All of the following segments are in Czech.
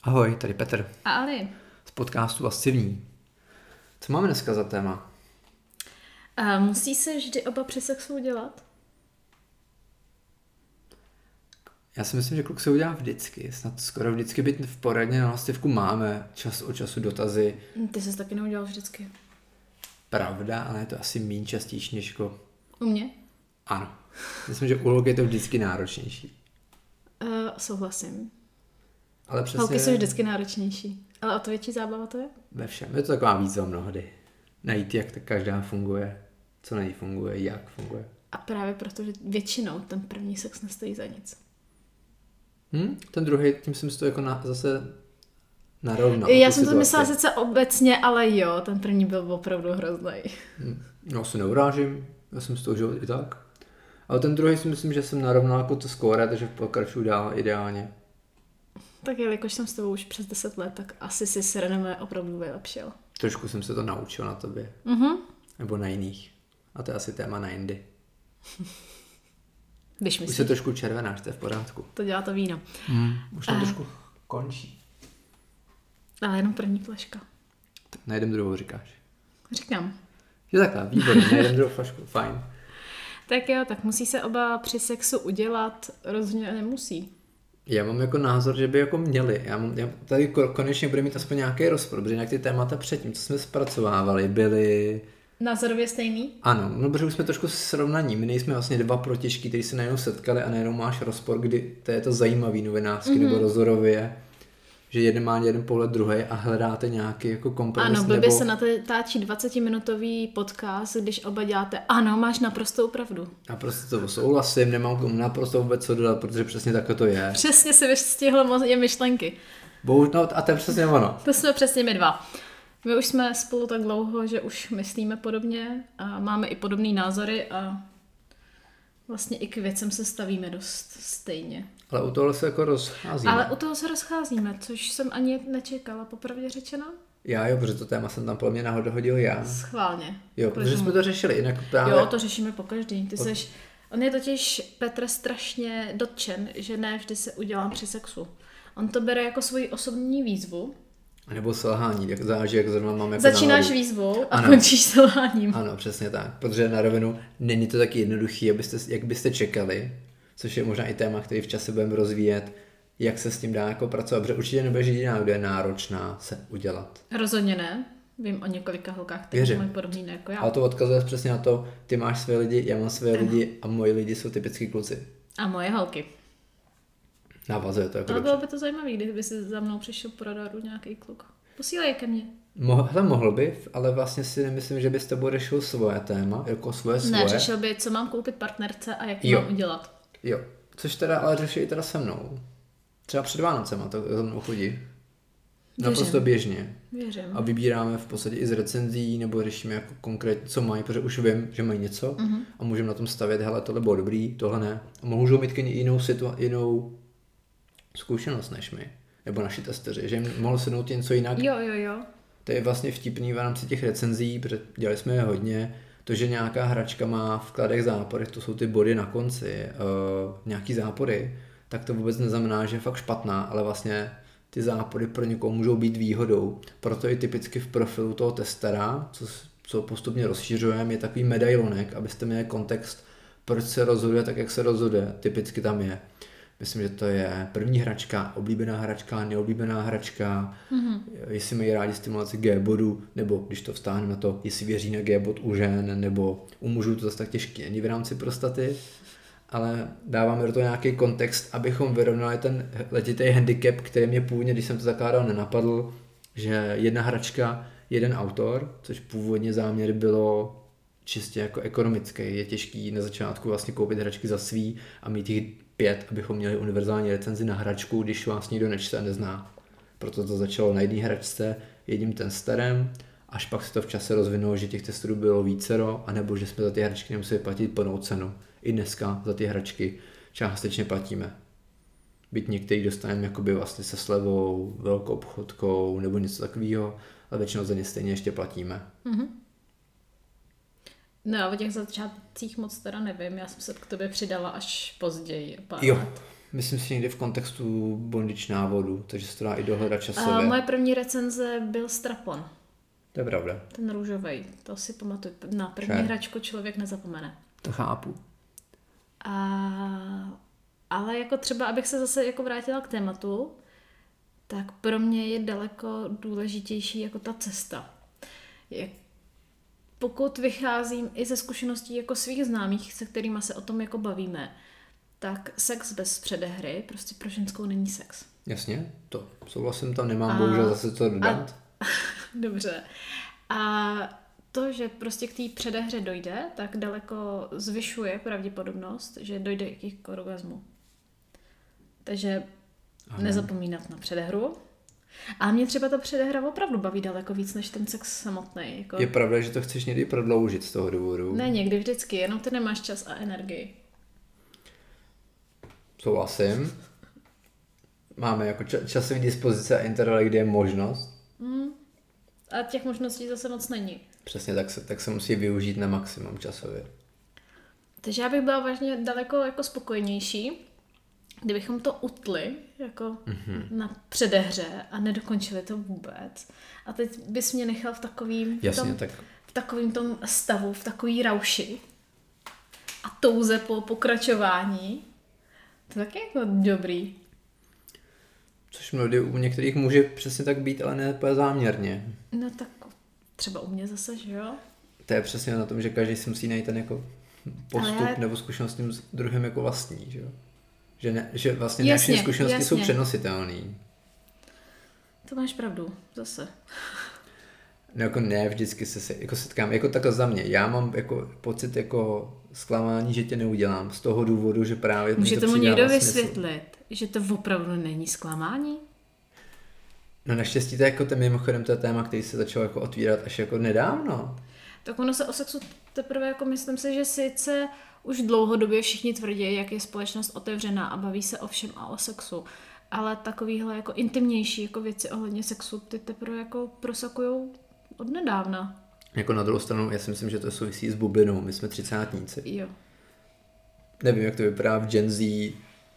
Ahoj, tady Petr. A Ali. Z podcastu Lascivní. Co máme dneska za téma? Musí se vždy oba při sexu udělat? Já si myslím, že kluk se udělá vždycky. Snad skoro vždycky být v poradně na lastivku máme čas od času dotazy. Ty jsi taky neudělal vždycky. Pravda, ale je to asi méně častější než jako... U mě? Ano. Myslím, že u holky je to vždycky náročnější. Souhlasím. Ale přesně... Holky jsou vždycky náročnější. Ale o to větší zábava to je? Ve všem. Je to taková výzva mnohdy. Najít, jak tak každá funguje. Co na ní funguje, jak funguje. A právě proto, že většinou ten první sex nestojí za nic. Ten druhý, tím jsem si to jako zase narovnal. Já jsem to myslela sice obecně, ale jo, ten první byl opravdu hrozný. No, se neurážím, já jsem si to užil i tak. Ale ten druhý si myslím, že jsem narovnal jako to skóre, takže pokračuju dál ideálně. Tak jelikož jsem s tebou už přes 10 let, tak asi si se renomé opravdu vylepšil. Trošku jsem se to naučil na tobě. Nebo na jiných. A to je asi téma na jindy. Už se trošku červenáš, to je v pořádku. To dělá to víno. Už to trošku končí. Ale jenom první flaška. Tak najdem druhou, říkáš. Říkám. Je takhle, výborně, najdem druhou flašku, fajn. Tak jo, tak musí se oba při sexu udělat, rozhodně nemusí. Já mám jako názor, že by jako měli. Já tady konečně bude mít aspoň nějaký rozpor, protože nějak ty témata předtím, co jsme zpracovávali, byly... Názorově stejný? Ano, no protože už jsme trošku srovnaní. My nejsme vlastně dva protěžky, kteří se najednou setkali a najednou máš rozpor, kdy to je to zajímavý novinářsky nebo rozhorově, že jeden má jeden pohled druhý a hledáte nějaký jako kompromis. Ano, blbě se natáčí 20-minutový podcast, když oba děláte, ano, máš naprostou pravdu. Naprosto to souhlasím, nemám k tomu naprosto vůbec co dodat, protože přesně takhle to je. Přesně si vystihl je myšlenky. No a to je přesně ono. To jsme přesně my dva. My už jsme spolu tak dlouho, že už myslíme podobně a máme i podobné názory a vlastně i k věcem se stavíme dost stejně. Ale u toho se jako rozcházíme. Což jsem ani nečekala, popravdě řečeno. Jo, protože to téma jsem tam podle mě náhodou hodil já. Schválně. Jo, protože jsme to řešili. Jinak právě... Jo, to řešíme pokaždý. On je totiž, Petr, strašně dotčen, že ne vždy se udělám při sexu. On to bere jako svoji osobní výzvu. A nebo selhání, jak záleží, jak zrovna mám jako začínáš výzvou a končíš selháním. Ano, přesně tak. Protože na rovinu není to taky jednoduchý, jak byste čekali, což je možná i téma, který v čase budeme rozvíjet, jak se s tím dá jako pracovat, protože určitě nebudeš jediná, kdo je náročná se udělat. Rozhodně ne. Vím o několika holkách, kteří mají podobný jako já. Ale to odkazuje přesně na to, ty máš své lidi, já mám své lidi a moji lidi jsou typický kluci. A moje holky. Navazuje to jako ale bylo by to zajímavé, kdyby si za mnou přišel po radaru nějaký kluk. Posílej je ke mně. Mohl by, ale vlastně si nemyslím, že bys to řešil svoje téma, jako svoje. Ne, řešil by, co mám koupit partnerce a jak to mám udělat. Jo, což teda ale řeší i teda se mnou. Třeba před Vánocema to za mnou chodí. Naprosto běžně. Věřím. A vybíráme v podstatě i z recenzí, nebo řešíme jako konkrétně, co mají, protože už vím, že mají něco a můžeme na tom stavět, hele, tohle bylo dobrý, tohle ne. A můžou mít jinou zkušenost než my, nebo naši testeři, že jim mohlo sednout něco jinak. Jo. To je vlastně vtipný v rámci těch recenzí, protože dělali jsme je hodně, to, že nějaká hračka má v kladech záporech, to jsou ty body na konci, nějaký zápory, tak to vůbec neznamená, že je fakt špatná, ale vlastně ty zápory pro někoho můžou být výhodou. Proto i typicky v profilu toho testera, co postupně rozšířujeme, je takový medailonek, abyste měli kontext, proč se rozhoduje tak, jak se rozhoduje. Typicky tam je. Myslím, že to je první hračka, oblíbená hračka, neoblíbená hračka, jestli mají rádi stimulaci G-bodu, nebo když to vztáhneme na to, jestli věří na G-bod u žen, nebo u mužů to zase tak těžký není v rámci prostaty, ale dáváme do toho nějaký kontext, abychom vyrovnali ten letitý handicap, který mě původně, když jsem to zakládal, nenapadl, že jedna hračka, jeden autor, což původně záměr bylo čistě jako ekonomický. Je těžký na začátku vlastně koupit hračky za svý a mít jich 5, abychom měli univerzální recenzi na hračku, když vás nikdo nečte a nezná. Proto to začalo na jedné hračce jedním testerem, až pak se to v čase rozvinulo, že těch testerů bylo vícero, anebo že jsme za ty hračky nemuseli platit plnou cenu. I dneska za ty hračky částečně platíme. Byť některý dostaneme jakoby vlastně se slevou, velkou obchodkou nebo něco takového, ale většinou za ně stejně ještě platíme. No, o těch začátcích moc teda nevím, já jsem se k tobě přidala až později. Jo, Myslím si někdy v kontextu bondage návodu, takže se to dá i dohledat časově. Moje první recenze byl Strapon. To je pravda. Ten růžovej, to si pamatuju. Na první hračku člověk nezapomene. To chápu. Ale jako třeba, abych se zase jako vrátila k tématu, tak pro mě je daleko důležitější jako ta cesta. Pokud vycházím i ze zkušeností jako svých známých, se kterými se o tom jako bavíme, tak sex bez předehry prostě pro ženskou není sex. Jasně, to souhlasím, tam nemám bohužel zase co dodat. Dobře. A to, že prostě k té předehře dojde, tak daleko zvyšuje pravděpodobnost, že dojde i k orgasmu. Takže nezapomínat na předehru. A mě třeba ta předehra opravdu baví daleko víc, než ten sex samotný. Jako... Je pravda, že to chceš někdy prodloužit z toho důvodu? Ne, někdy vždycky, jenom ty nemáš čas a energii. Souhlasím. Máme jako časový dispozice a intervaly, kde je možnost. A těch možností zase moc není. Přesně, tak se musí využít na maximum časově. Takže já bych byla vážně daleko jako spokojenější, kdybychom to utli jako na předehře a nedokončili to vůbec. A teď bys mě nechal v takovým tom stavu, v takový rauši a touze po pokračování. To je taky jako dobrý. Což mnohdy u některých může přesně tak být, ale ne úplně záměrně. No tak třeba u mě zase, že jo? To je přesně na tom, že každý si musí najít ten jako postup nebo zkušenost s tím druhým jako vlastní, že jo? Že vlastně ne všechny zkušenosti jsou přenositelné. To máš pravdu, zase. No jako ne, vždycky se jako setkám, jako takhle za mě. Já mám jako pocit jako zklamání, že tě neudělám z toho důvodu, že právě... Může tomu někdo vysvětlit, že to opravdu není zklamání? No naštěstí to je jako mimochodem to je téma, který se začal jako otvírat až jako nedávno. Tak ono se o sexu teprve jako myslím si, že sice už dlouhodobě všichni tvrdí, jak je společnost otevřená a baví se o všem a o sexu. Ale takovýhle jako intimnější jako věci ohledně sexu ty teprve jako prosakujou od nedávna. Jako na druhou stranu, já si myslím, že to souvisí s bublinou. My jsme 30átníci. Jo. Nevím, jak to vypadá v Gen Z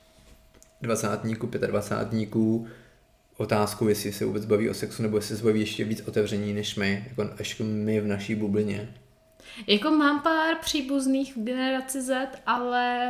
20, 25. Otázku, jestli se vůbec baví o sexu, nebo jestli se baví ještě víc otevření než my, jako až my v naší bublině. Jako mám pár příbuzných v generaci Z, ale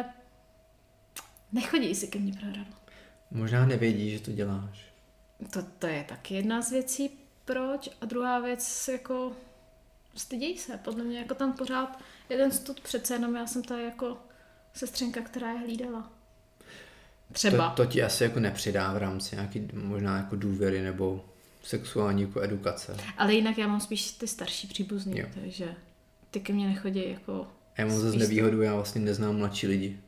nechodí si ke mně pro. Možná nevědí, že to děláš. To je taky jedna z věcí, proč. A druhá věc, jako styděj se. Podle mě jako tam pořád je ten stud přece jenom já jsem ta jako sestřenka, která je hlídala. Třeba. To ti asi jako nepřidá v rámci nějaký možná jako důvěry nebo sexuální jako edukace. Ale jinak já mám spíš ty starší příbuzný, takže ty ke mně nechodí jako... Já mám zase nevýhodu, já vlastně neznám mladší lidi.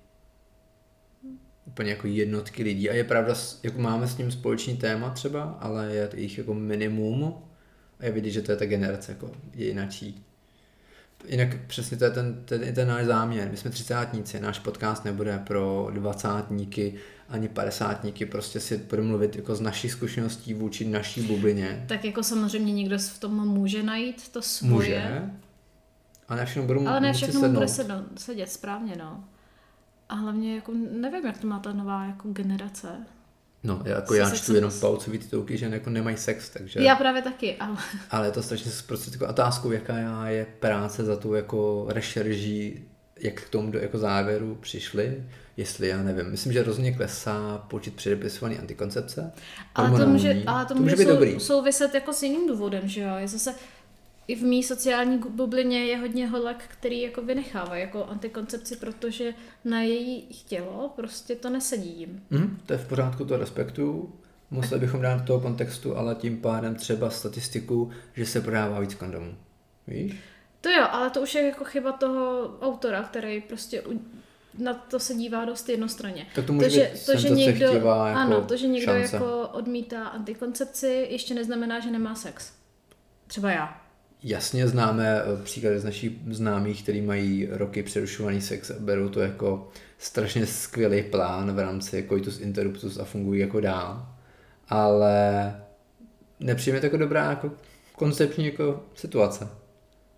Úplně jako jednotky lidí. A je pravda, jako máme s ním společný téma třeba, ale je jich jako minimum. A je vidět, že to je ta generace, jako je jinačí. Jinak přesně to je ten náš záměr. My jsme 30átníci, náš podcast nebude pro 20átníky ani 50átníky, prostě si budeme mluvit jako z naší zkušeností vůči naší bublině. Tak jako samozřejmě někdo v tom může najít to svoje. Může, ale ne všechno mu bude sedět správně, no. A hlavně jako nevím, jak to má ta nová jako generace. No, jako já čtu jenom palcový titulky, že jako nemají sex, takže... Já právě taky, ale... Ale je to strašně prostě jako otázkou, jaká je práce za tu jako rešerží, jak k tomu jako závěru přišli, jestli já nevím. Myslím, že rozhodně klesá počet předepisovaný antikoncepce. Ale to může být dobrý. Souviset jako s jiným důvodem, že jo? Je zase i v mý sociální bublině je hodně holek, který jako vynechávají jako antikoncepci, protože na její tělo prostě to nesedí jim. To je v pořádku, to respektuju. Museli bychom dát do toho kontextu, ale tím pádem třeba statistiku, že se prodává víc kondomů. Víš? To jo, ale to už je jako chyba toho autora, který prostě na to se dívá dost jednostranně. Tak to může být to, že někdo jako odmítá antikoncepci, ještě neznamená, že nemá sex. Třeba já. Jasně známe příklady z našich známých, který mají roky přerušovaný sex a berou to jako strašně skvělý plán v rámci coitus interruptus a fungují jako dál. Ale nepřijme to jako dobrá jako koncepční jako situace.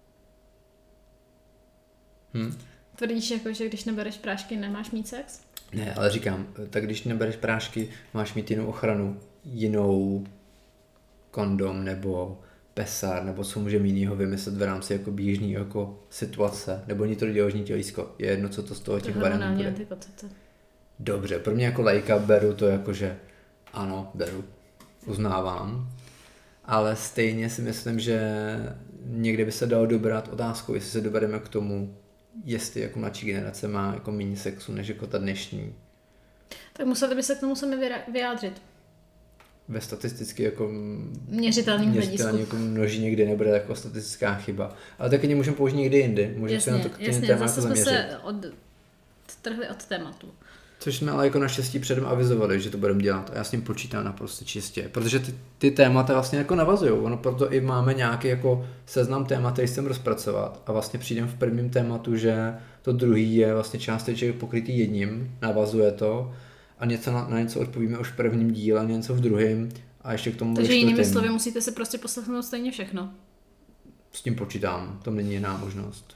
Tvrdíš jako, že když nebereš prášky, nemáš mít sex? Ne, ale říkám, tak když nebereš prášky, máš mít jinou ochranu, jinou kondom nebo pesar, nebo co můžeme jinýho vymyslet v rámci jako běžný jako situace, nebo nitroděložní tělísko. Je jedno, co to z toho těch variant bude. Dobře, pro mě jako laika beru to jako, že ano, beru, uznávám, ale stejně si myslím, že někde by se dalo dobrat otázkou, jestli se dobereme k tomu, jestli jako mladší generace má jako méně sexu, než jako ta dnešní. Tak museli by se k tomu sami vyjádřit. Ve statisticky jako měřitelným hledisku. Jako množí někdy nebude jako statistická chyba. Ale taky můžeme použít někdy jindy. Můžeme se na to téma zase jsme se odtrhli od tématu. Což jsme ale jako naštěstí předem avizovali, že to budeme dělat a já s ním počítám naprosto čistě, protože ty témata vlastně jako navazují, ono proto i máme nějaký jako seznam témat, který chcem rozpracovat a vlastně přijdem v prvním tématu, že to druhý je vlastně částečně pokrytý jedním, navazuje to a něco na něco odpovíme už v prvním díle, něco v druhém a ještě k tomu. Takže jinými slovy musíte si prostě poslechnout stejně všechno. S tím počítám, to není jiná možnost.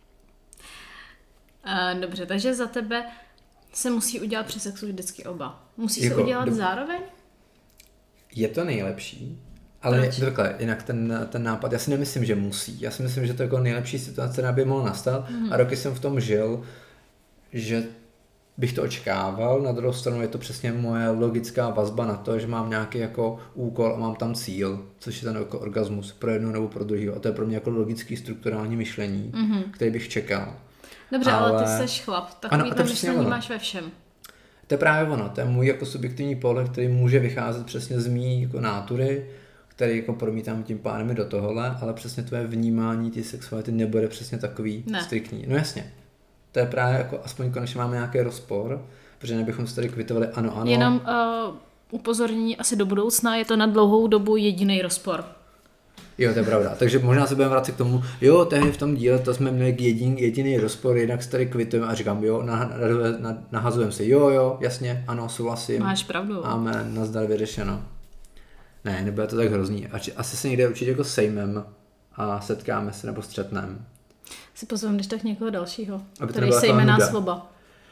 Dobře, takže za tebe se musí udělat při sexu vždycky oba. Musí jako, se udělat zároveň? Je to nejlepší, ale takhle, jinak ten nápad, já si nemyslím, že musí. Já si myslím, že to jako nejlepší situace by mohla nastat a roky jsem v tom žil, že bych to očekával. Na druhou stranu je to přesně moje logická vazba na to, že mám nějaký jako úkol a mám tam cíl, což je ten jako orgasmus pro jednu nebo pro druhého. A to je pro mě jako logický strukturální myšlení, který bych čekal. Dobře, ale ty seš chlap, takový tam myšlení máš ve všem. To je právě ono, to je můj jako subjektivní pohled, který může vycházet přesně z mý jako nátury, který jako promítám tím pádem do tohohle, ale přesně tvoje vnímání ty sexuality nebude přesně takový striktní. No jasně, to je právě jako, aspoň konečně máme nějaký rozpor, protože nebychom se tady kvitovali ano. Jenom upozornění asi do budoucna, je to na dlouhou dobu jediný rozpor. Jo, to je pravda. Takže možná se budeme vracet k tomu, jo, tehdy v tom díle to jsme měli jediný rozpor, jednak se tady kvitujeme a říkám, jo, nahazujeme se, jo, jasně, ano, souhlasím. Máš pravdu. Máme, nazdar, vyřešeno. Ne, nebude to tak hrozný. Asi se někde určitě jako sejmem a setkáme se nebo střetneme. Si pozvem, když tak někoho dalšího, který sejme nás oba.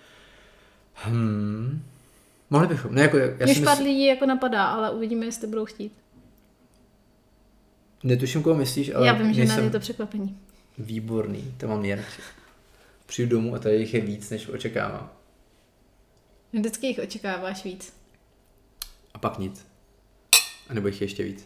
Mohli bychom. Ne, jako, Mě pár lidí jako napadá, ale uvidíme, jestli budou chtít. Netuším, koho myslíš, ale já vím, že je to překvapení. Výborný, to mám nejradši. Přijdu domů a tady jich je víc, než očekávám. Vždycky jich očekáváš víc. A pak nic. A nebo jich ještě víc.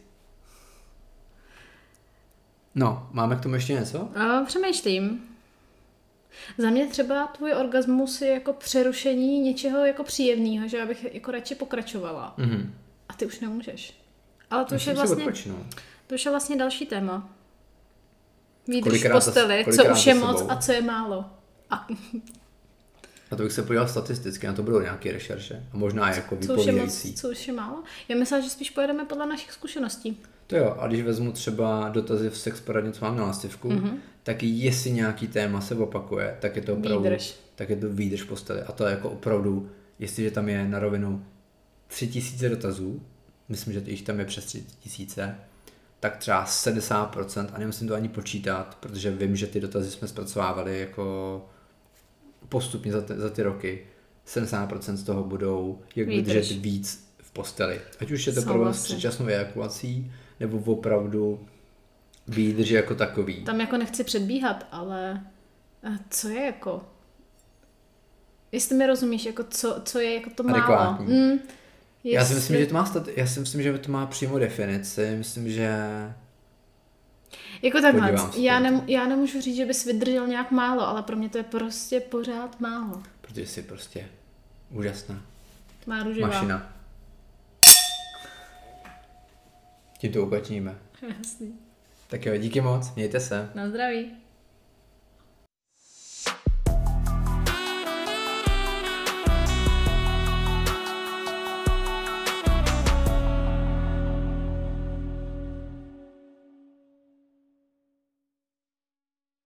No, máme k tomu ještě něco? Přemýšlím. Za mě třeba tvůj orgasmus je jako přerušení něčeho jako příjemného, že já bych jako radši pokračovala. A ty už nemůžeš. Ale to už je vlastně další téma. Výdrž v posteli, co už je moc a co je málo. A to bych se podíval statisticky, na to budou nějaké rešerše. A možná jako vypovídající. Co už je málo? Já myslím, že spíš pojedeme podle našich zkušeností. To jo, a když vezmu třeba dotazy v sex poradně, co mám na lastivku, tak jestli nějaký téma se opakuje, tak je to opravdu výdrž v posteli. A to je jako opravdu, jestliže tam je na rovinu 3000 dotazů, myslím, že jich tam je přes 3000, tak třeba 70%, a nemusím to ani počítat, protože vím, že ty dotazy jsme zpracovávali jako postupně za ty roky. 70% z toho budou, jak vydržet víc v posteli. Ať už je to problém s předčasnou ejakulací, nebo opravdu výdrž jako takový. Tam jako nechci předbíhat, ale co je jako... Jestli mi rozumíš, jako co je jako to málo. Já si myslím, že to má přímo definici. Myslím, že... Jako takhle, já nemůžu říct, že bys vydržel nějak málo, ale pro mě to je prostě pořád málo. Protože jsi prostě úžasná. Má růžová. Mašina. Tím to uplatníme. Jasný. Tak jo, díky moc, mějte se. Na zdraví.